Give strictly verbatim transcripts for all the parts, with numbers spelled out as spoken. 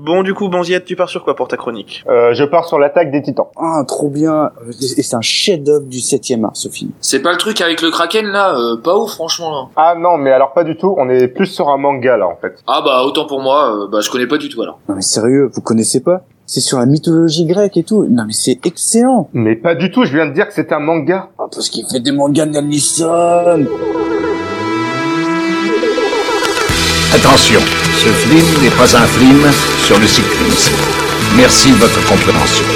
Bon, du coup, Banziette, tu pars sur quoi pour ta chronique? euh, Je pars sur l'attaque des titans. Ah, trop bien. Et c'est un chef-d'œuvre du septième art, ce film. C'est pas le truc avec le Kraken, là euh, Pas ouf, franchement, là. Ah non, mais alors pas du tout, on est plus sur un manga, là, en fait. Ah bah, autant pour moi, euh, bah je connais pas du tout, alors. Non mais sérieux, vous connaissez pas? C'est sur la mythologie grecque et tout. Non mais c'est excellent. Mais pas du tout, je viens de dire que c'est un manga. Ah, parce qu'il fait des mangas d'Anison. Attention, ce film n'est pas un film sur le cyclisme. Merci de votre compréhension.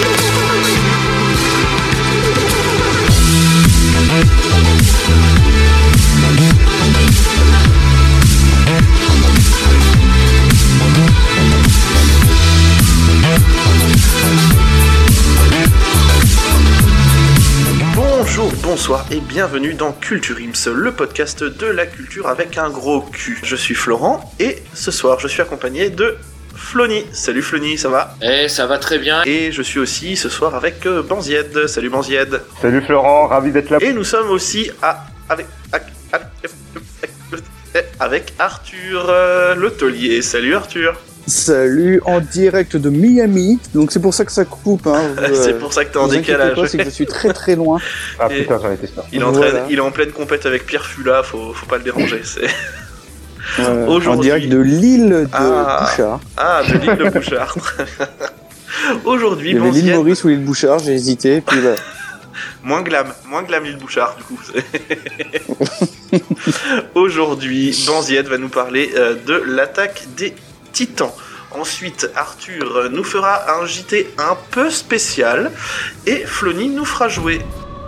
Bonjour, bonsoir et bienvenue dans Culture Ims, le podcast de la culture avec un gros cul. Je suis Florent et ce soir je suis accompagné de Flony. Salut Flony, ça va? Eh, ça va très bien. Et je suis aussi ce soir avec euh, Banzied. Salut Banzied. Salut Florent, ravi d'être là. Et nous sommes aussi à, avec, à, à, avec Arthur euh, le taulier. Salut Arthur. Salut, en direct de Miami. Donc c'est pour ça que ça coupe. Hein. Vous, c'est euh, pour ça que t'es en vous décalage. Pas, c'est que je suis très très loin. Ah Et putain, j'en étais sûr. Il est, en Voilà. train, il est en pleine compète avec Pierre Fula, faut, faut pas le déranger. C'est... Euh, en Aujourd'hui- direct de l'île de Ah. Bouchard. Ah, de l'île de Bouchard. Aujourd'hui, Il y avait l'île Banzied, Maurice ou l'île Bouchard, j'ai hésité. Puis bah, moins glam, moins glam l'île Bouchard du coup. C'est- Aujourd'hui, Banzied va nous parler euh, de l'attaque des Titans. Ensuite, Arthur nous fera un J T un peu spécial et Flony nous fera jouer.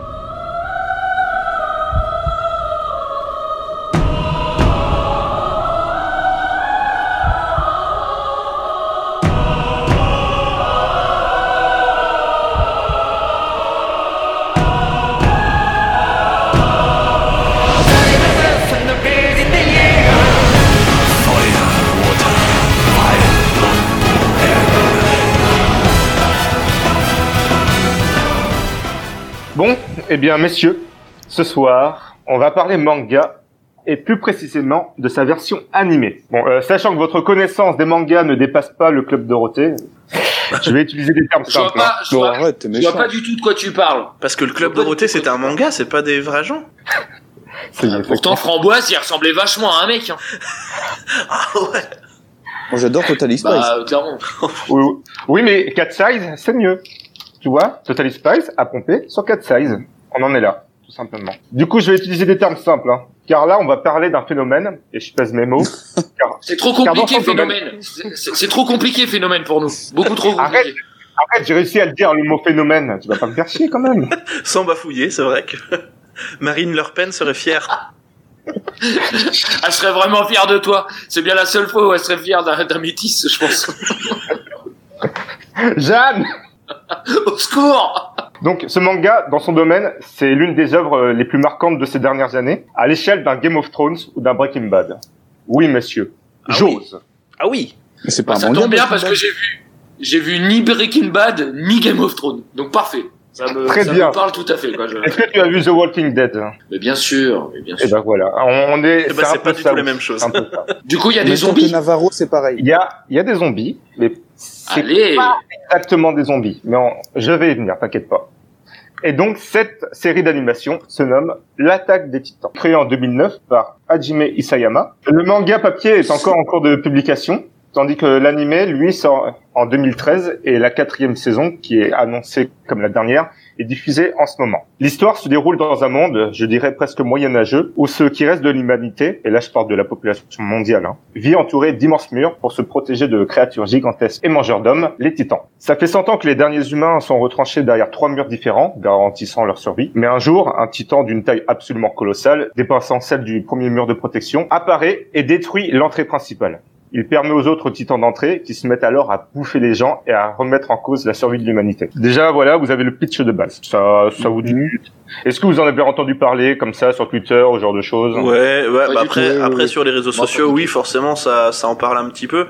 Bon, eh bien messieurs, ce soir, on va parler manga et plus précisément de sa version animée. Bon, euh, sachant que votre connaissance des mangas ne dépasse pas le Club Dorothée, je vais utiliser des termes Je vois simples. pas, je bon, vois, arrête, t'es je méchant. vois pas du tout de quoi tu parles. Parce que le Club Dorothée c'est un manga, c'est pas des vrais gens. C'est- Ah, pourtant, Framboise, il ressemblait vachement à un mec. Hein. Ah ouais. moi j'adore Total Spice. Bah, euh, clairement. Oui, oui. Oui, mais Cat Size, c'est mieux. Tu vois, Total Spice a pompé sur Cat Size. On en est là, tout simplement. Du coup, je vais utiliser des termes simples, hein, car là, on va parler d'un phénomène, et je pèse mes mots. car... C'est trop car dans compliqué, son domaine- phénomène. C'est, c'est- c'est trop compliqué, phénomène, pour nous. Beaucoup trop compliqué. Arrête. Arrête, j'ai réussi à le dire, le mot phénomène. Tu vas pas me faire chier, quand même. Sans bafouiller, c'est vrai que Marine Le Pen serait fière. Elle serait vraiment fière de toi. C'est bien la seule fois où elle serait fière d'un, d'un métis, je pense. Jeanne! Au secours! Donc, ce manga, dans son domaine, c'est l'une des œuvres euh, les plus marquantes de ces dernières années, à l'échelle d'un Game of Thrones ou d'un Breaking Bad. Oui, monsieur. Ah J'ose. Ah oui. Mais c'est pas Bah, un ça manga. tombe bien Breaking parce Bad. que j'ai vu, j'ai vu ni Breaking Bad, ni Game of Thrones. Donc parfait. Ça me, Très ça bien. me parle tout à fait, quoi. Je... Est-ce que tu as vu The Walking Dead? Mais bien sûr, mais bien Eh sûr. ben voilà, on, on est... Eh ben, un c'est peu pas du ça tout les aussi. mêmes choses. Un peu ça. Du coup, il y a Mais des sauf zombies. que Navarro, c'est pareil. Il y a, il y a des zombies, mais c'est Allez! pas exactement des zombies. Mais on- je vais y venir, t'inquiète pas. Et donc, cette série d'animation se nomme L'Attaque des Titans, créée en deux mille neuf par Hajime Isayama. Le manga papier est encore en cours de publication, tandis que l'animé, lui, sort en deux mille treize et la quatrième saison, qui est annoncée comme la dernière, est diffusée en ce moment. L'histoire se déroule dans un monde, je dirais presque moyenâgeux, où ce qui reste de l'humanité, et là je parle de la population mondiale, hein, vit entouré d'immenses murs pour se protéger de créatures gigantesques et mangeurs d'hommes, les titans. Ça fait cent ans que les derniers humains sont retranchés derrière trois murs différents, garantissant leur survie. Mais un jour, un titan d'une taille absolument colossale, dépassant celle du premier mur de protection, apparaît et détruit l'entrée principale. Il permet aux autres titans d'entrer, qui se mettent alors à bouffer les gens et à remettre en cause la survie de l'humanité. Déjà, voilà, vous avez le pitch de base. Ça, ça vous dit. Est-ce que vous en avez entendu parler comme ça sur Twitter, ou ce genre de choses? Ouais, ouais. Pas Bah du après, tout, après oui. sur les réseaux Moi, sociaux, pas du oui, tout. forcément, ça, ça en parle un petit peu.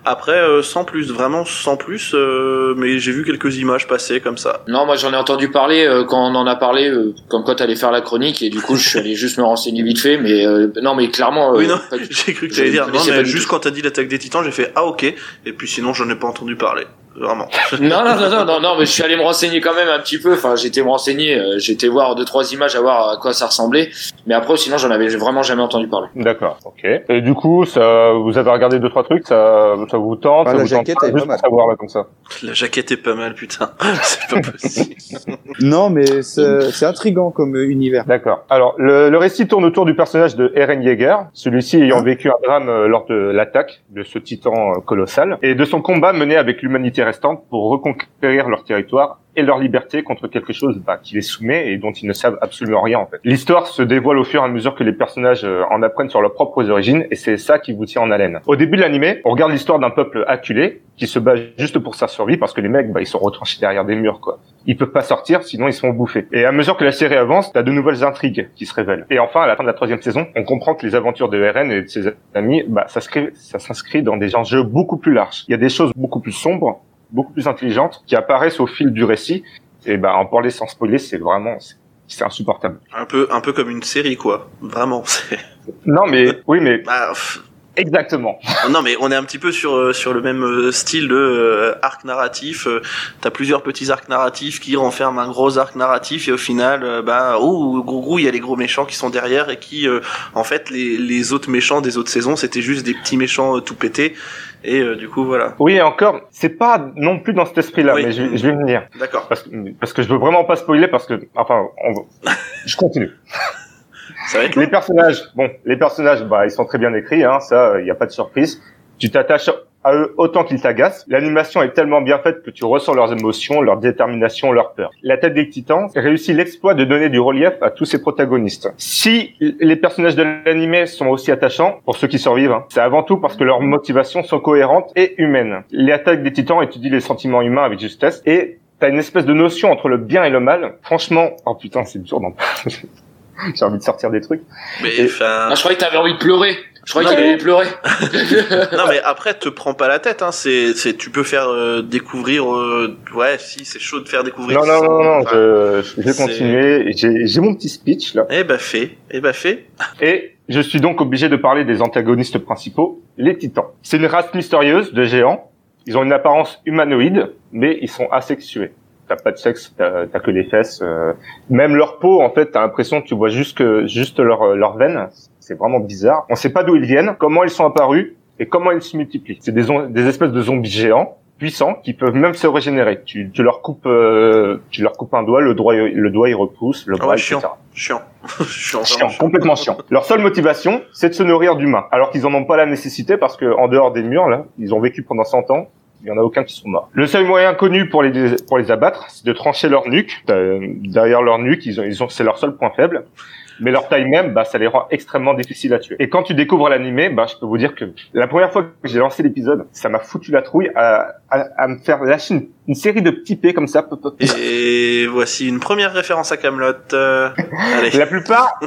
Après, euh, sans plus, vraiment sans plus, euh, mais j'ai vu quelques images passer comme ça. Non, moi j'en ai entendu parler euh, quand on en a parlé, euh, comme quoi t'allais faire la chronique, et du coup je suis allé juste me renseigner vite fait, mais euh, non, mais clairement. Euh, oui, non, pas du... j'ai cru que t'allais dire, non, pas mais juste quand t'as dit l'attaque des Titans, j'ai fait ah ok, et puis sinon j'en ai pas entendu parler. Vraiment. non, non, non, non, non, non, mais je suis allé me renseigner quand même un petit peu. Enfin, j'étais me renseigner, euh, j'étais voir deux, trois images à voir à quoi ça ressemblait. Mais après, sinon, j'en avais vraiment jamais entendu parler. D'accord, ok. Et du coup, ça, vous avez regardé deux, trois trucs, ça, ça vous tente, Ah, ça la vous tente jaquette pas, est juste pas mal. pour savoir, là, comme ça. La jaquette est pas mal, putain. C'est pas possible. Non, mais c'est, c'est intriguant comme univers. D'accord. Alors, le, le récit tourne autour du personnage de Eren Yeager, celui-ci ayant vécu un drame euh, lors de l'attaque de ce titan euh, colossal, et de son combat mené avec l'humanité restante pour reconquérir leur territoire et leur liberté contre quelque chose bah, qui les soumet et dont ils ne savent absolument rien en fait. L'histoire se dévoile au fur et à mesure que les personnages euh, en apprennent sur leurs propres origines, et c'est ça qui vous tient en haleine. Au début de l'animé, on regarde l'histoire d'un peuple acculé qui se bat juste pour sa survie parce que les mecs, bah, ils sont retranchés derrière des murs quoi. Ils peuvent pas sortir, sinon ils sont bouffés. Et à mesure que la série avance, t'as de nouvelles intrigues qui se révèlent. Et enfin, à la fin de la troisième saison, on comprend que les aventures de Eren et de ses amis, bah, ça s'inscrit, ça s'inscrit dans des enjeux beaucoup plus larges. Il y a des choses beaucoup plus sombres, beaucoup plus intelligentes, qui apparaissent au fil du récit. Et bah, en parler sans spoiler, c'est vraiment, c'est, c'est insupportable. Un peu, un peu comme une série, quoi. Vraiment, c'est... Non, mais, oui, mais, Bah, pff. exactement. Non, mais on est un petit peu sur euh, sur le même euh, style de euh, arc narratif. Euh, t'as plusieurs petits arcs narratifs qui renferment un gros arc narratif, et au final, euh, bah, oh, gros gros, il y a les gros méchants qui sont derrière et qui, euh, en fait, les les autres méchants des autres saisons, c'était juste des petits méchants euh, tout pétés. Et euh, du coup, voilà. Oui, et encore, c'est pas non plus dans cet esprit-là, Oui. mais je, je vais venir. D'accord. Parce que, parce que je veux vraiment pas spoiler parce que, enfin, on, je continue. Ça va être Les long. personnages, bon, les personnages, bah, ils sont très bien écrits, hein, ça, il y a pas de surprise. Tu t'attaches à eux autant qu'ils t'agacent. L'animation est tellement bien faite que tu ressens leurs émotions, leur détermination, leur peur. La tête des Titans réussit l'exploit de donner du relief à tous ses protagonistes. Si les personnages de l'animé sont aussi attachants, pour ceux qui survivent, hein, c'est avant tout parce que leurs motivations sont cohérentes et humaines. Les attaques des Titans étudient les sentiments humains avec justesse, et t'as une espèce de notion entre le bien et le mal. Franchement, oh putain, c'est dur d'en parler. J'ai envie de sortir des trucs. Mais Et- enfin. Ah, je croyais que t'avais envie de pleurer. Je croyais Non, qu'il mais- allait pleurer. Non, mais après, te prends pas la tête, hein. C'est, c'est, tu peux faire euh, découvrir. Euh, ouais, si, c'est chaud de faire découvrir. Non, non, non, non, Enfin, je, je vais c'est- continuer. J'ai, j'ai mon petit speech, là. Eh bah fait, eh bah fait. Et je suis donc obligé de parler des antagonistes principaux, les Titans. C'est une race mystérieuse de géants. Ils ont une apparence humanoïde, mais ils sont asexués. T'as pas de sexe, t'as, t'as que les fesses. euh. Même leur peau, en fait, t'as l'impression que tu vois juste que, juste leur, leurs veines. C'est vraiment bizarre. On sait pas d'où ils viennent, comment ils sont apparus et comment ils se multiplient. C'est des, zom- des espèces de zombies géants, puissants, qui peuvent même se régénérer. Tu, tu leur coupes, euh, tu leur coupes un doigt, le doigt, le doigt il repousse, le Ah bras, ouais, et cetera. chiant, chiant, chiant, Chiant, vraiment chiant. complètement chiant. Leur seule motivation, c'est de se nourrir d'humains. Alors qu'ils en ont pas la nécessité parce que, en dehors des murs, là, ils ont vécu pendant cent ans. Il y en a aucun qui sont morts. Le seul moyen connu pour les pour les abattre, c'est de trancher leur nuque. Euh, derrière leur nuque, ils ont, ils ont, c'est leur seul point faible. Mais leur taille même, bah, ça les rend extrêmement difficiles à tuer. Et quand tu découvres l'animé, bah, je peux vous dire que la première fois que j'ai lancé l'épisode, ça m'a foutu la trouille à, à, à me faire lâcher une, une série de petits P comme ça. Pop, pop. Et voici une première référence à Camelot. Euh... Allez. La plupart,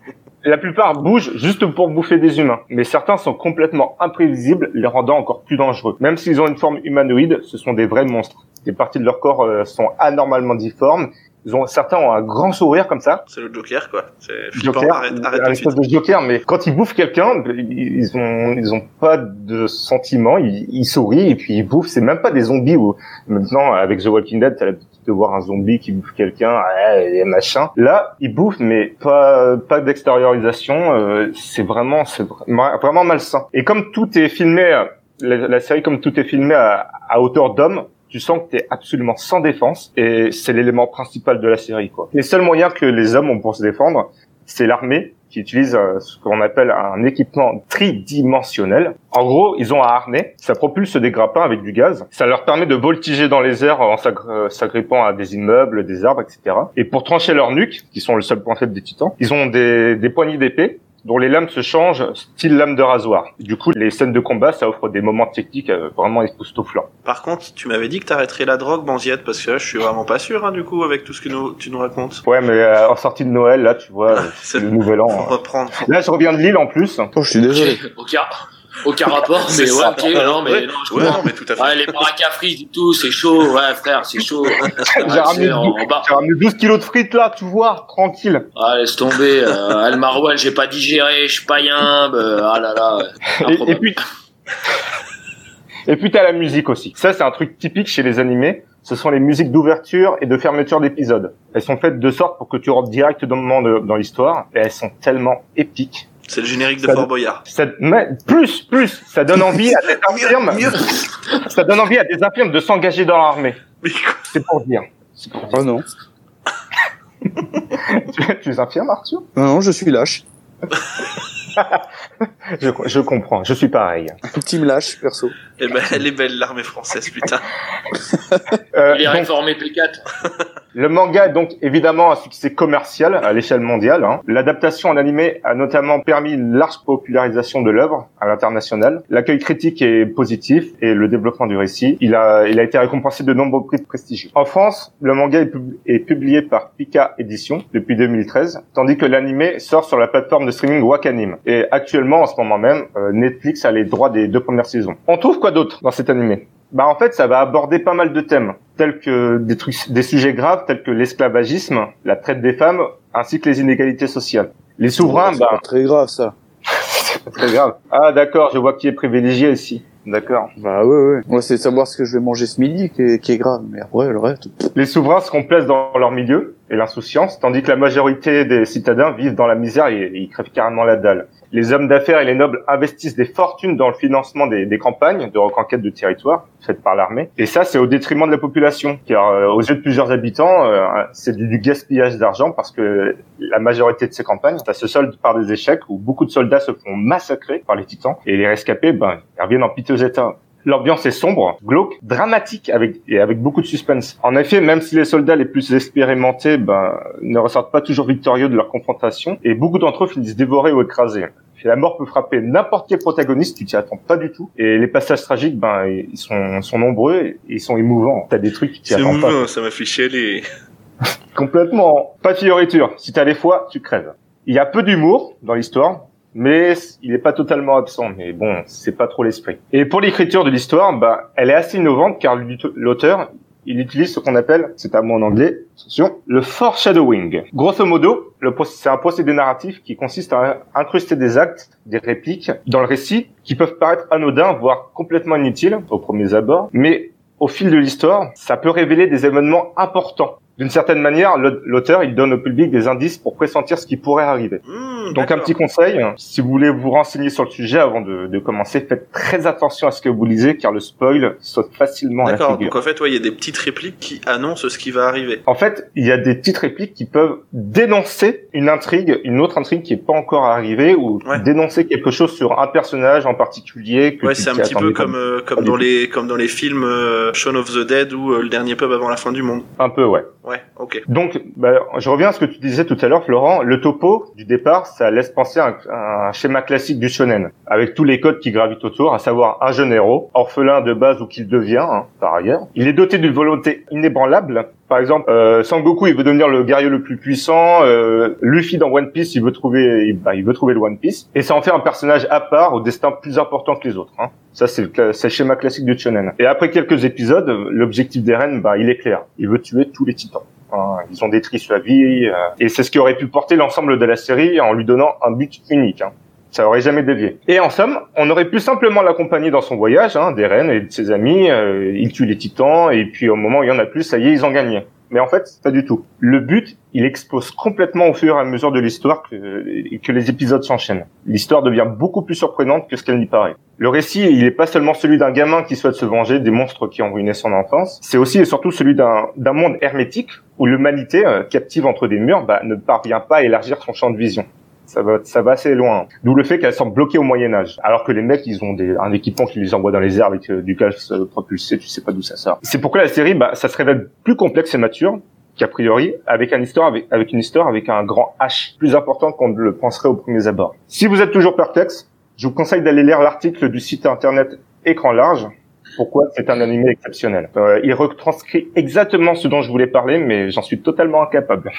la plupart bougent juste pour bouffer des humains. Mais certains sont complètement imprévisibles, les rendant encore plus dangereux. Même s'ils ont une forme humanoïde, ce sont des vrais monstres. Des parties de leur corps euh, sont anormalement difformes. Ils ont, certains ont un grand sourire comme ça. C'est le Joker, quoi. C'est flippant. Joker, Arrête, arrête un tout de suite. espèce de Joker, mais quand ils bouffent quelqu'un, ils ont, ils ont pas de sentiments, ils, ils sourient et puis ils bouffent. C'est même pas des zombies où, maintenant, avec The Walking Dead, t'as l'habitude de voir un zombie qui bouffe quelqu'un, ouais, et machin. Là, ils bouffent, mais pas, pas d'extériorisation, euh, c'est vraiment, c'est vra- vraiment malsain. Et comme tout est filmé, la, la série, comme tout est filmé à, à hauteur d'homme, tu sens que t'es absolument sans défense, et c'est l'élément principal de la série, quoi. Les seuls moyens que les hommes ont pour se défendre, c'est l'armée, qui utilise euh, ce qu'on appelle un équipement tridimensionnel. En gros, ils ont un harnais, ça propulse des grappins avec du gaz, ça leur permet de voltiger dans les airs en s'agri- euh, s'agrippant à des immeubles, des arbres, et cetera. Et pour trancher leurs nuques, qui sont le seul point faible des titans, ils ont des, des poignées d'épée, dont les lames se changent, style lame de rasoir. Du coup, les scènes de combat, ça offre des moments techniques euh, vraiment époustouflants. Par contre, tu m'avais dit que t'arrêterais la drogue, Banziette, parce que là, je suis vraiment pas sûr, hein, du coup, avec tout ce que nous, tu nous racontes. Ouais, mais euh, en sortie de Noël, là, tu vois, euh, C'est- c'est le nouvel an. Faut hein. reprendre. Là, je reviens de Lille en plus. Oh, je suis désolé. Ok. aucun rapport, mais ouais, ok, non, mais ouais, non, je ouais, comprends. non, mais tout à fait. Ouais, les baraques à frites et tout, c'est chaud, ouais, frère, c'est chaud. J'ai Ouais, ramené, c'est en, en bas. j'ai ramené douze kilos de frites là, tu vois, tranquille. Ah, laisse tomber, euh, Al Marouane, j'ai pas digéré, je suis pas yimbe, euh, ah là là, Et, improbable. et puis, et puis t'as la musique aussi. Ça, c'est un truc typique chez les animés. Ce sont les musiques d'ouverture et de fermeture d'épisodes. Elles sont faites de sorte pour que tu rentres directement de- dans l'histoire. Et elles sont tellement épiques. C'est le générique de Ça- Fort Boyard. Ça, mais plus, plus, ça donne envie à des infirmes, Mieux, mieux. ça donne envie à des infirmes de s'engager dans l'armée. Mais quoi C'est pour dire. C'est pour dire. Oh non. tu, tu es infirme, Arthur? Non, non, je suis lâche. Je, je comprends, je suis pareil. Team lâche, perso. Eh ben, elle est belle, l'armée française, putain. Euh, Il est donc, réformé P quatre. le manga est donc évidemment un succès commercial à l'échelle mondiale. Hein. L'adaptation en animé a notamment permis une large popularisation de l'œuvre à l'international. L'accueil critique est positif et le développement du récit. Il a, il a été récompensé de nombreux prix prestigieux. En France, le manga est, pub- est publié par Pika Éditions depuis deux mille treize, tandis que l'animé sort sur la plateforme de streaming Wakanim. Et actuellement, en ce moment même, euh, Netflix a les droits des deux premières saisons. On trouve quoi d'autre dans cet animé? Bah en fait, ça va aborder pas mal de thèmes, tels que des trucs, des sujets graves tels que l'esclavagisme, la traite des femmes, ainsi que les inégalités sociales. Les souverains, C'est bah pas très grave, ça. c'est pas très grave. Ah d'accord, je vois qui est privilégié ici. D'accord. Bah ouais, ouais. Moi, c'est savoir ce que je vais manger ce midi qui est, qui est grave. Mais après, le reste... Les souverains se complaisent dans leur milieu et l'insouciance, tandis que la majorité des citadins vivent dans la misère et, et ils crèvent carrément la dalle. Les hommes d'affaires et les nobles investissent des fortunes dans le financement des, des campagnes de reconquête de territoire faites par l'armée. Et ça, c'est au détriment de la population, car euh, aux yeux de plusieurs habitants, euh, c'est du, du gaspillage d'argent parce que la majorité de ces campagnes, ça se solde par des échecs où beaucoup de soldats se font massacrer par les titans et les rescapés, ben, ils reviennent en piteux état. L'ambiance est sombre, glauque, dramatique avec, et avec beaucoup de suspense. En effet, même si les soldats les plus expérimentés ben, ne ressortent pas toujours victorieux de leur confrontation, et beaucoup d'entre eux finissent dévorés ou écrasés. Et la mort peut frapper n'importe quel protagoniste, tu t'y attends pas du tout. Et les passages tragiques, ben, ils sont, sont nombreux et ils sont émouvants. T'as des trucs, tu t'y C'est attends pas. émouvant, ça m'a fait chialer. Complètement. Pas de fioriture. Si t'as les foies, tu crèves. Il y a peu d'humour dans l'histoire, mais il est pas totalement absent. Mais bon, c'est pas trop l'esprit. Et pour l'écriture de l'histoire, bah, elle est assez innovante car l'auteur, il utilise ce qu'on appelle, c'est un mot en anglais, attention, le foreshadowing. Grosso modo, le procé- c'est un procédé narratif qui consiste à incruster des actes, des répliques dans le récit qui peuvent paraître anodins, voire complètement inutiles au premier abord, mais au fil de l'histoire, ça peut révéler des événements importants. D'une certaine manière, l'auteur, il donne au public des indices pour pressentir ce qui pourrait arriver. Mmh, Donc un petit conseil, si vous voulez vous renseigner sur le sujet avant de, de commencer, faites très attention à ce que vous lisez car le spoil saute facilement à la D'accord, figure. donc en fait, ouais, il y a des petites répliques qui annoncent ce qui va arriver. En fait, il y a des petites répliques qui peuvent dénoncer une intrigue, une autre intrigue qui est pas encore arrivée ou Ouais. dénoncer quelque chose sur un personnage en particulier. Que Ouais, tu c'est un t'y petit attendais peu pas. comme euh, comme pas dans du les comme dans les films euh, Shaun of the Dead ou euh, Le Dernier Pub avant la fin du monde. Un peu, ouais. Ouais, ok. Donc, bah, je reviens à ce que tu disais tout à l'heure, Florent. Le topo du départ, ça laisse penser à un, un schéma classique du shonen, avec tous les codes qui gravitent autour, à savoir un jeune héros, orphelin de base ou qu'il devient, hein, par ailleurs. Il est doté d'une volonté inébranlable. Par exemple, euh, Sangoku, il veut devenir le guerrier le plus puissant. Euh, Luffy dans One Piece, il veut trouver, il, bah, il veut trouver le One Piece, et ça en fait un personnage à part, au destin plus important que les autres. Hein. Ça, c'est le, c'est le schéma classique du shonen. Et après quelques épisodes, l'objectif d'Eren, bah, il est clair. Il veut tuer tous les titans. Hein, ils ont détruit sa vie, euh, et c'est ce qui aurait pu porter l'ensemble de la série en lui donnant un but unique. Hein. Ça aurait jamais dévié. Et en somme, on aurait pu simplement l'accompagner dans son voyage, hein, d'Eren et de ses amis. Euh, il tue les titans, et puis au moment où il y en a plus, ça y est, ils ont gagné. Mais en fait, pas du tout. Le but, il explose complètement au fur et à mesure de l'histoire que, que les épisodes s'enchaînent. L'histoire devient beaucoup plus surprenante que ce qu'elle n'y paraît. Le récit, il est pas seulement celui d'un gamin qui souhaite se venger des monstres qui ont ruiné son enfance, c'est aussi et surtout celui d'un, d'un monde hermétique où l'humanité, euh, captive entre des murs, bah, ne parvient pas à élargir son champ de vision. Ça va, ça va assez loin. D'où le fait qu'elle semble bloquée au Moyen-Âge. Alors que les mecs, ils ont des, un équipement qui les envoie dans les airs avec euh, du gaz euh, propulsé, tu sais pas d'où ça sort. C'est pourquoi la série, bah, ça se révèle plus complexe et mature qu'a priori, avec une histoire avec, avec une histoire avec un grand H, plus important qu'on ne le penserait au premier abord. Si vous êtes toujours perplexe, je vous conseille d'aller lire l'article du site internet Écran Large, pourquoi c'est un animé exceptionnel. Euh, il retranscrit exactement ce dont je voulais parler, mais j'en suis totalement incapable.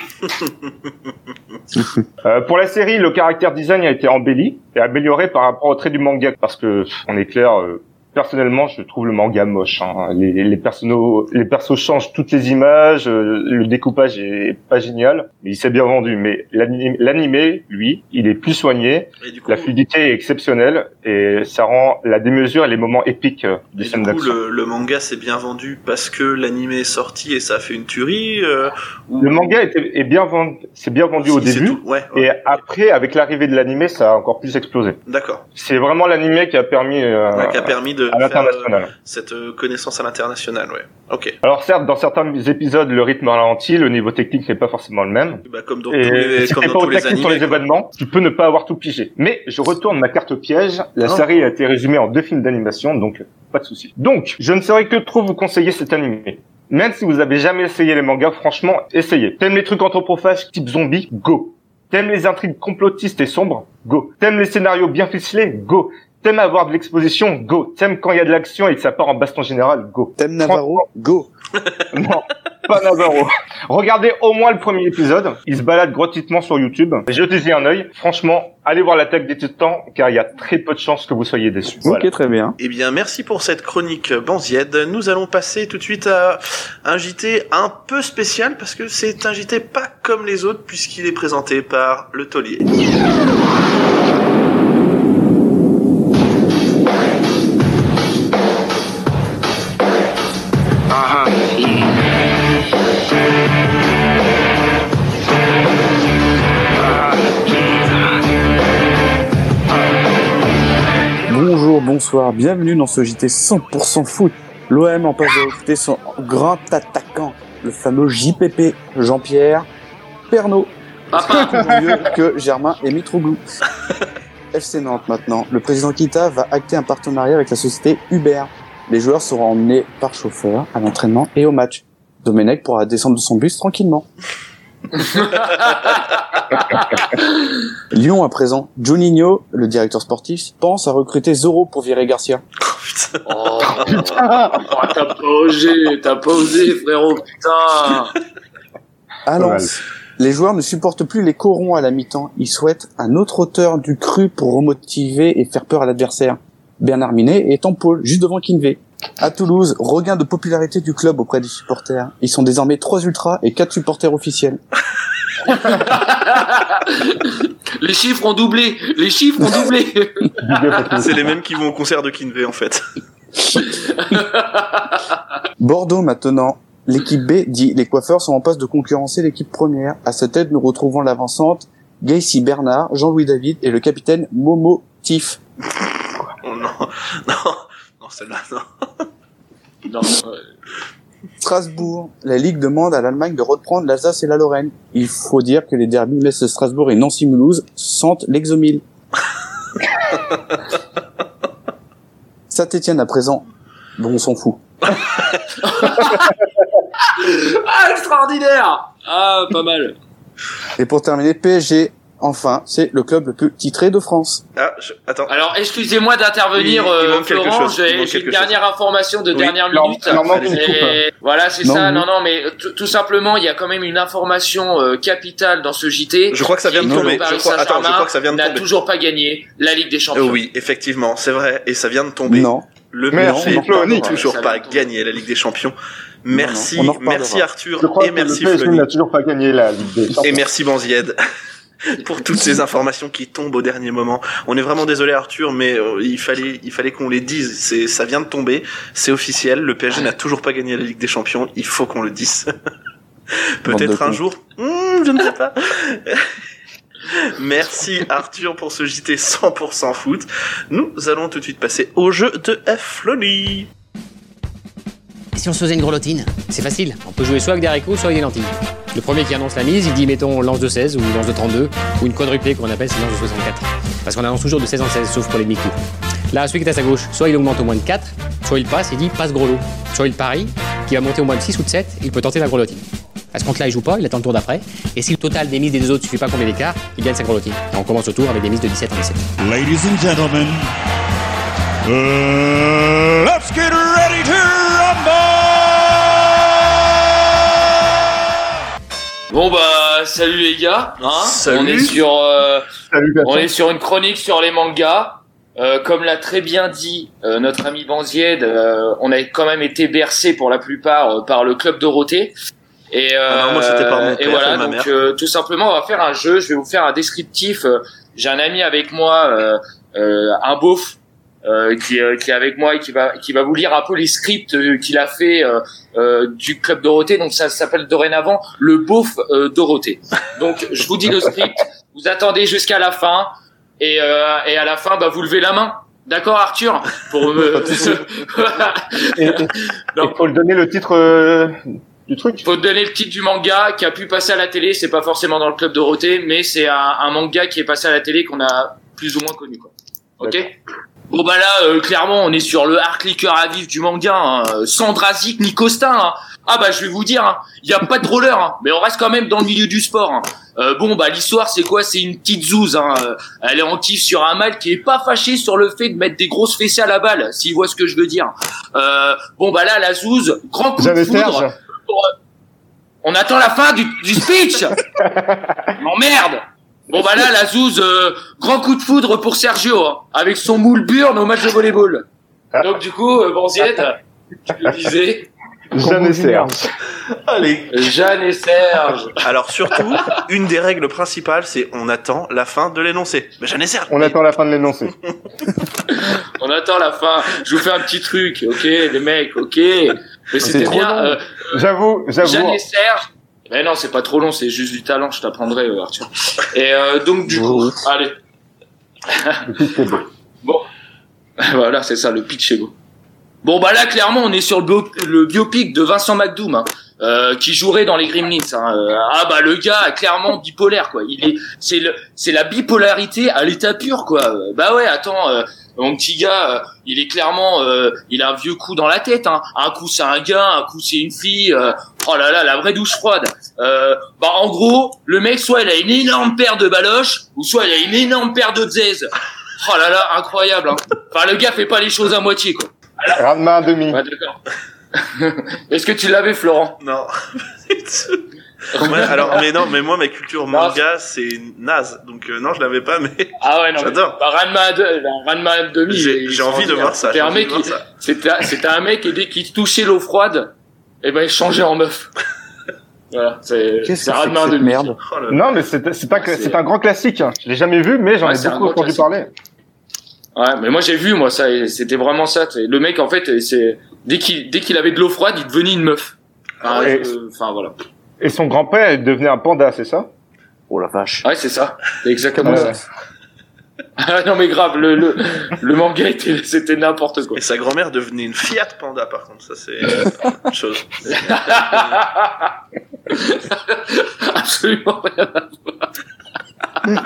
euh, pour la série, le caractère design a été embelli et amélioré par rapport au trait du manga, parce que, on est clair, euh, personnellement, je trouve le manga moche. Hein. Les, les, personnos, les persos changent toutes les images, euh, le découpage est pas génial, mais il s'est bien vendu. Mais l'animé, l'animé, lui, il est plus soigné, coup, la fluidité est exceptionnelle, et ça rend la démesure et les moments épiques euh, des scènes d'action. Du coup, le, le manga s'est bien vendu parce que l'animé est sorti et ça a fait une tuerie euh, ou... Le manga était, est bien vendu, c'est bien vendu si, au début, ouais, ouais. Et après, avec l'arrivée de l'animé, ça a encore plus explosé. D'accord. C'est vraiment l'animé qui a permis... Euh, ouais, qui a permis de à l'international. Euh, cette euh, connaissance à l'international, ouais. Ok. Alors certes, dans certains épisodes, le rythme ralentit, le niveau technique n'est pas forcément le même. Bah, comme dans et tous les, si comme t'es dans pas tous les animés, sur les événements, tu peux ne pas avoir tout pigé. Mais je retourne ma carte piège. La oh. série a été résumée en deux films d'animation, donc pas de souci. Donc, je ne saurais que trop vous conseiller cet animé. Même si vous avez jamais essayé les mangas, franchement, essayez. T'aimes les trucs anthropophages type zombie? Go. T'aimes les intrigues complotistes et sombres? Go. T'aimes les scénarios bien ficelés? Go. T'aimes avoir de l'exposition? Go. T'aimes quand il y a de l'action et que ça part en baston général? Go. T'aimes Navarro? Go. Non, pas Navarro. Regardez au moins le premier épisode. Il se balade gratuitement sur YouTube. Jetez-y un œil. Franchement, allez voir l'attaque des Titans, car il y a très peu de chances que vous soyez déçus. Ok, voilà. Très bien. Eh bien, merci pour cette chronique Banzied. Nous allons passer tout de suite à un J T un peu spécial, parce que c'est un J T pas comme les autres, puisqu'il est présenté par le taulier. Bonjour, bonsoir, bienvenue dans ce J T cent pour cent foot. L'O M en passe de recruter son grand attaquant, le fameux J P P, Jean-Pierre Pernaut. Papa. Mieux que Germain et Mitroglou. F C Nantes maintenant. Le président Kita va acter un partenariat avec la société Uber. Les joueurs seront emmenés par chauffeur à l'entraînement et au match. Domenech pourra descendre de son bus tranquillement. Lyon à présent. Juninho, le directeur sportif, pense à recruter Zorro pour virer Garcia. Oh putain, oh, t'as pas osé, t'as pas osé frérot, putain. À Lens, les joueurs ne supportent plus les corons à la mi-temps. Ils souhaitent un autre auteur du cru pour remotiver et faire peur à l'adversaire. Bernard Minet est en pôle, juste devant Kinvé. À Toulouse, regain de popularité du club auprès des supporters. Ils sont désormais trois ultras et quatre supporters officiels. Les chiffres ont doublé, les chiffres ont doublé. C'est les mêmes qui vont au concert de Kinvé en fait. Bordeaux maintenant. L'équipe B dit les coiffeurs sont en passe de concurrencer l'équipe première. À sa tête, nous retrouvons l'avancante Gacy Bernard, Jean-Louis David et le capitaine Momo Tiff. Oh non, non, non, celle-là, non. Non, ouais. Strasbourg. La Ligue demande à l'Allemagne de reprendre l'Alsace et la Lorraine. Il faut dire que les derbys Metz Strasbourg et Nancy-Mulhouse sentent l'exomile. Saint-Étienne à présent. Bon, on s'en fout. Ah, extraordinaire. Ah, pas mal. Et pour terminer, P S G. Enfin, c'est le club le plus titré de France. Ah, je... attends. Alors, excusez-moi d'intervenir, il, il euh, Florent, j'ai, j'ai une dernière chose. information de oui. dernière non, minute. Non, non, et... Voilà, c'est non, ça. Non, non, mais t- tout simplement, il y a quand même une information euh, capitale dans ce J T. Je crois que ça vient de tomber. Je crois... Attends, je crois que ça vient de n'a tomber. toujours pas gagné la Ligue des Champions. Euh, oui, effectivement, c'est vrai, et ça vient de tomber. Non. Le P S G n'a toujours pas de gagné la Ligue des Champions. Merci, non, non. merci Arthur et merci Flony. Le P S G Flony. n'a toujours pas gagné la Ligue des Champions. Et merci Banzied. Pour toutes ces informations qui tombent au dernier moment. On est vraiment désolé Arthur, mais euh, il fallait, il fallait qu'on les dise. C'est, ça vient de tomber, c'est officiel. Le P S G n'a toujours pas gagné la Ligue des Champions. Il faut qu'on le dise. Peut-être un jour. Mmh, je ne sais pas. Merci Arthur pour ce J T cent pour cent foot. Nous allons tout de suite passer au jeu de Flony. Si on se faisait une grelottine, c'est facile. On peut jouer soit avec des haricots, soit avec des lentilles. Le premier qui annonce la mise, il dit mettons lance de seize ou lance de trente-deux ou une quadruplée qu'on appelle c'est lance de soixante-quatre. Parce qu'on annonce toujours de seize en seize, sauf pour les demi-coups. Là, celui qui est à sa gauche, soit il augmente au moins de quatre, soit il passe, il dit passe gros lot. Soit il parie, qui va monter au moins de six ou de sept, il peut tenter la grelottine. À ce compte-là, il joue pas, il attend le tour d'après. Et si le total des mises des deux autres ne suffit pas combien d'écart, il gagne sa grelottine. Et on commence le tour avec des mises de dix-sept en dix-sept. Ladies and gentlemen, uh, let's get ready Bon bah salut les gars, hein. Salut. On est sur, euh, Salut, on est sur une chronique sur les mangas. Euh, comme l'a très bien dit euh, notre ami Banzied, euh, on a quand même été bercé pour la plupart euh, par le club Dorothée. Et, euh, Ah non, moi, c'était par mon et père voilà, et ma donc mère. euh, tout simplement, on va faire un jeu. Je vais vous faire un descriptif. Euh, J'ai un ami avec moi, euh, euh, un beauf, euh, qui, euh, qui est avec moi et qui va, qui va vous lire un peu les scripts euh, qu'il a fait euh, euh, du club Dorothée. Donc ça s'appelle dorénavant le beauf euh, Dorothée. Donc je vous dis le script. Vous attendez jusqu'à la fin et, euh, et à la fin, bah vous levez la main. D'accord, Arthur, pour me. Et, et, Non. il faut le donner le titre euh, du truc. Faut te donner le titre du manga qui a pu passer à la télé. C'est pas forcément dans le club Dorothée, mais c'est un, un manga qui est passé à la télé qu'on a plus ou moins connu, quoi. Ok. Bon bah là, euh, clairement, on est sur le hard clicker à vif du manga, hein. Sans Drazik ni Costin. Hein. Ah bah je vais vous dire, il hein, y a pas de roller, hein, mais on reste quand même dans le milieu du sport. Hein. Euh, bon bah l'histoire c'est quoi? C'est une petite zouze. Hein. Elle est en kiff sur un mâle qui est pas fâché sur le fait de mettre des grosses fessées à la balle, s'il voit ce que je veux dire. Euh, bon bah là la zouze, grand coup de J'avais foudre. Serge. On attend la fin du, du speech. Non merde. Bon bah là la zouze, euh, grand coup de foudre pour Sergio, hein, avec son moule burn au match de volleyball. Donc du coup, euh, Banzied, tu le disais, Jeanne et Serge. Allez. Jeanne et Serge. Alors surtout, une des règles principales, c'est on attend la fin de l'énoncé. Mais j'en ai certes. On attend la fin de l'énoncé. On attend la fin. Je vous fais un petit truc, ok, les mecs, ok. Mais c'était trop bien. long. Euh, J'avoue, Jeanne j'avoue. et Serge. Mais non, c'est pas trop long, c'est juste du talent, je t'apprendrai, euh, Arthur. Et euh, donc du coup, allez. Bon, voilà, c'est ça, le pitch est beau. Bon bah là, clairement, on est sur le, bio- le biopic de Vincent McDoom, hein, euh, qui jouerait dans les Gremlins. Hein. Euh, ah bah le gars est clairement bipolaire, quoi. Il est, c'est le, c'est la bipolarité à l'état pur, quoi. Euh, bah ouais, attends, euh, mon petit gars, euh, il est clairement, euh, il a un vieux coup dans la tête. Hein. Un coup c'est un gars, un coup c'est une fille. Euh, oh là là, la vraie douche froide. Euh, bah en gros, le mec soit il a une énorme paire de baloches, ou soit il a une énorme paire de zèzes. Oh là là, incroyable. Hein. Enfin le gars fait pas les choses à moitié, quoi. Ranma à demi. Ouais, d'accord. Est-ce que tu l'avais, Florent? Non. Ouais, alors, mais non, mais moi, ma culture manga, c'est naze. Donc, euh, non, je l'avais pas, mais Ah ouais, non. j'adore. Bah, Ranma, de, Ranma demi. J'ai j'ai envie de voir ça. C'était j'ai un envie mec, de voir qui- ça. c'était, c'était un mec et dès qu'il touchait l'eau froide, eh ben, il changeait en meuf. Voilà, c'est, Qu'est-ce que c'est c'est que Ranma cette demi. merde? Oh là là. Non, mais c'est c'est un, C'est- c'est un grand classique. Hein. Je l'ai jamais vu, mais j'en Ouais, ai c'est un beaucoup grand entendu classique. parler. Ouais, mais moi j'ai vu, moi, ça, et c'était vraiment ça. c'est- Le mec, en fait, c'est, dès qu'il, dès qu'il avait de l'eau froide, il devenait une meuf. Enfin, Ah ouais. je- enfin, voilà. Et son grand-père devenait un panda, c'est ça? Oh la vache. Ouais, c'est ça. C'est exactement Ouais. ça. Ah non, mais grave, le, le, le manga était, c'était n'importe quoi. Et sa grand-mère devenait une Fiat Panda, par contre. Ça, c'est euh, autre chose. Absolument rien à voir.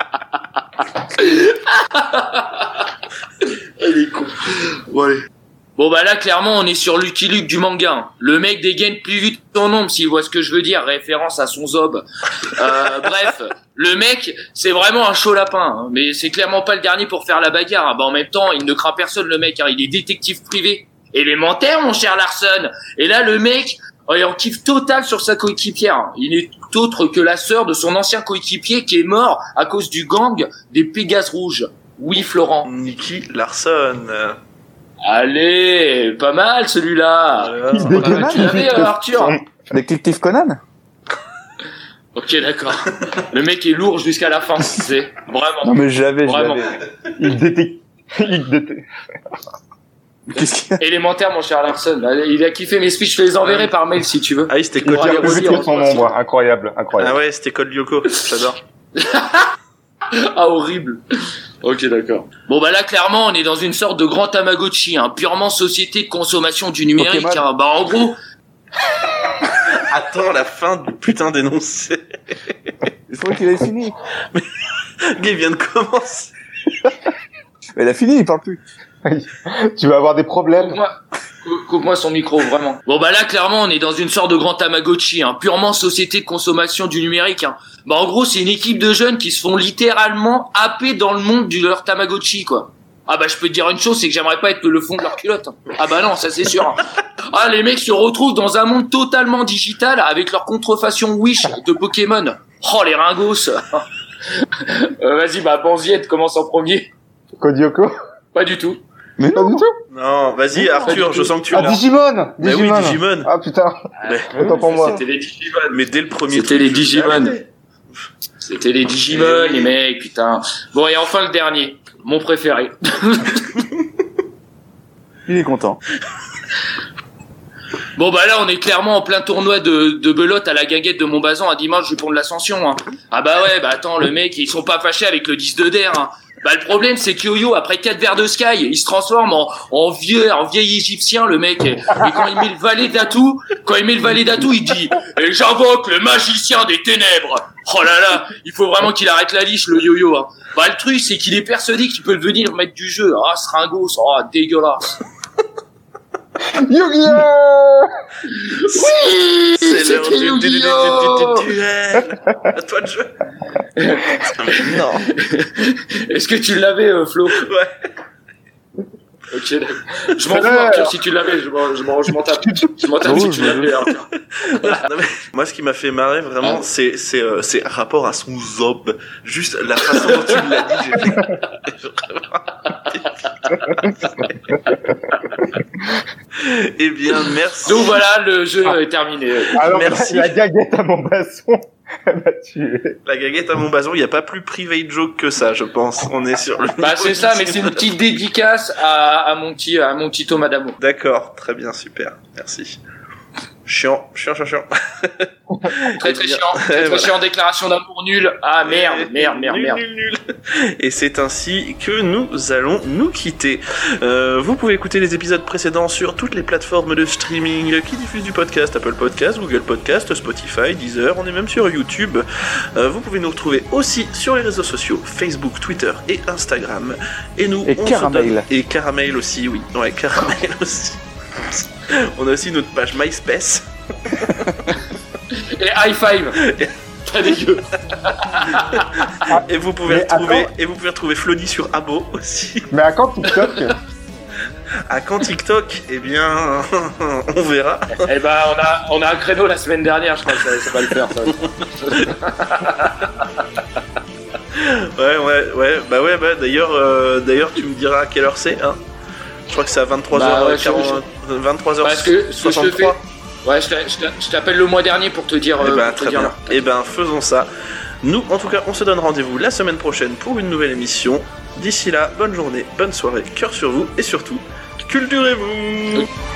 Elle est con. Bon, allez. Bon bah là clairement on est sur Lucky Luke du manga. Hein. Le mec dégaine plus vite son ombre s'il voit ce que je veux dire, référence à son zob. Euh, bref, le mec c'est vraiment un chaud lapin, hein. Mais c'est clairement pas le dernier pour faire la bagarre. Hein. Bah en même temps il ne craint personne le mec, hein. Il est détective privé. Élémentaire mon cher Larson. Et là le mec oh, il est en kiff total sur sa coéquipière. Hein. Il n'est autre que la sœur de son ancien coéquipier qui est mort à cause du gang des Pégases rouges. Oui Florent. Nicky Larson. euh, Allez, pas mal celui-là. voilà. Il dégaine, tu l'avais, il fait- euh, Arthur Détective Conan? Ok, d'accord. Le mec est lourd jusqu'à la fin, c'est Non vraiment. mais je l'avais, je Vraiment. l'avais. Il détecte. Il détecte. Qu'est-ce qu'il y a? Élémentaire, mon cher Larson. Il a kiffé mes speeches, je te les enverrai par mail si tu veux. Ah oui, c'était Le Code pourra les pire, le relire, pire de son aussi. ombre. Incroyable, incroyable. Ah ouais, c'était Code Lyoko. J'adore. Ah, horrible. Ok, d'accord. Bon, bah là, clairement, on est dans une sorte de grand Tamagotchi, hein, purement société de consommation du numérique. Pokémon. Hein. Bah, en gros, Attends la fin du putain d'énoncé. Je crois qu'il avait fini. Le gars, il vient de commencer. Mais il a fini, il parle plus. Tu vas avoir des problèmes. coupe-moi coupe- coupe-moi son micro, vraiment. Bon, bah là, clairement, on est dans une sorte de grand Tamagotchi, hein, purement société de consommation du numérique. Hein. Bah, en gros, c'est une équipe de jeunes qui se font littéralement happer dans le monde de leur Tamagotchi, quoi. Ah bah je peux te dire une chose, c'est que j'aimerais pas être le fond de leur culotte. Ah bah non, ça c'est sûr. Ah les mecs se retrouvent dans un monde totalement digital avec leur contrefaçon Wish de Pokémon. Oh les ringos. euh, Vas-y, bah Banziette commence en premier. Kodioko. Pas du tout. Mais pas du tout. Non, vas-y Arthur, je sens que tu Ah, l'as. Digimon. Bah Digimon. oui, Digimon. Ah putain. Mais, Autant pour moi. C'était les Digimon. mais dès le premier C'était truc, les je- Digimon. Allez. C'était les Digimon, les mecs, putain. Bon, et enfin le dernier, mon préféré. Il est content. Bon bah là on est clairement en plein tournoi de, de belote à la guinguette de Montbazon à dimanche du pont de l'Ascension. Hein. Ah bah ouais, bah attends, le mec, ils sont pas fâchés avec le dix de d'air. Hein. Bah le problème c'est que Yo-Yo, après quatre verres de Sky, il se transforme en, en vieux en vieil égyptien, le mec. Et, et quand il met le valet d'Atou, quand il met le valet d'Atou, il dit « J'invoque le magicien des ténèbres !» Oh là là, il faut vraiment qu'il arrête la liche, le Yo-Yo. Hein. Bah le truc c'est qu'il est persuadé qu'il peut devenir maître du jeu. Ah, ce ringo, oh, dégueulasse. Yu-Gi-Oh! Oui, C'est l'heure c'était du, du, du, du, Yu-Gi-Oh! du, du duel. À toi de jouer. Non. Est-ce que tu l'avais, euh, Flo? Ouais. Ok, d'accord. Je m'en fous, Arthur, si tu l'avais, je m'en, je m'en, je m'en tape. Je m'en tape Oh, si tu je- l'avais, Arthur. Non, mais moi, ce qui m'a fait marrer vraiment, c'est c'est euh, c'est rapport à son zob. Juste la façon dont tu l'as dit, j'ai fait. Eh bien, merci. Donc voilà, le jeu est terminé. Alors, Merci. la gaguette à mon basson, elle m'a tué. La gaguette à mon bason, il n'y a pas plus private joke que ça, je pense. On est sur le. Bah niveau c'est ça, du mais c'est une cinéma. petite dédicace à, à mon petit, à mon petit Thomas d'amour. D'accord, très bien, super, merci. Chiant, chiant, chiant, chiant. Très Eh très bien, chiant, très très voilà. chiant, déclaration d'amour nulle. Ah merde, merde, merde, Nul, merde. nul, nul. Et c'est ainsi que nous allons nous quitter. Euh, vous pouvez écouter les épisodes précédents sur toutes les plateformes de streaming qui diffusent du podcast, Apple Podcast, Google Podcast, Spotify, Deezer, on est même sur YouTube. Euh, vous pouvez nous retrouver aussi sur les réseaux sociaux, Facebook, Twitter et Instagram. Et nous, Et on se Caramel. donne- Et Caramel aussi, oui. Ouais, Caramel aussi. On a aussi notre page MySpace. Et high five. Très dégueu. Et vous pouvez Mais retrouver, attends. et vous pouvez retrouver Flony sur Abo aussi. Mais à quand TikTok? À quand TikTok? Eh bien, on verra. Eh ben, on a, on a un créneau la semaine dernière, je crois que ça, ça va le faire, ça. Ouais, ouais, ouais. Bah ouais, bah d'ailleurs, euh, d'ailleurs, tu me diras à quelle heure c'est, hein. Je crois que c'est à vingt-trois heures Bah ouais, je- quarante, vingt-trois heures Parce que ce que je te fais. soixante-trois. Ouais, je t'a- je t'a- je t'appelle le mois dernier pour te dire. Eh euh, ben, pour te très dire bien. là. Eh ben, faisons ça. Nous, en tout cas, on se donne rendez-vous la semaine prochaine pour une nouvelle émission. D'ici là, bonne journée, bonne soirée, cœur sur vous et surtout, culturez-vous.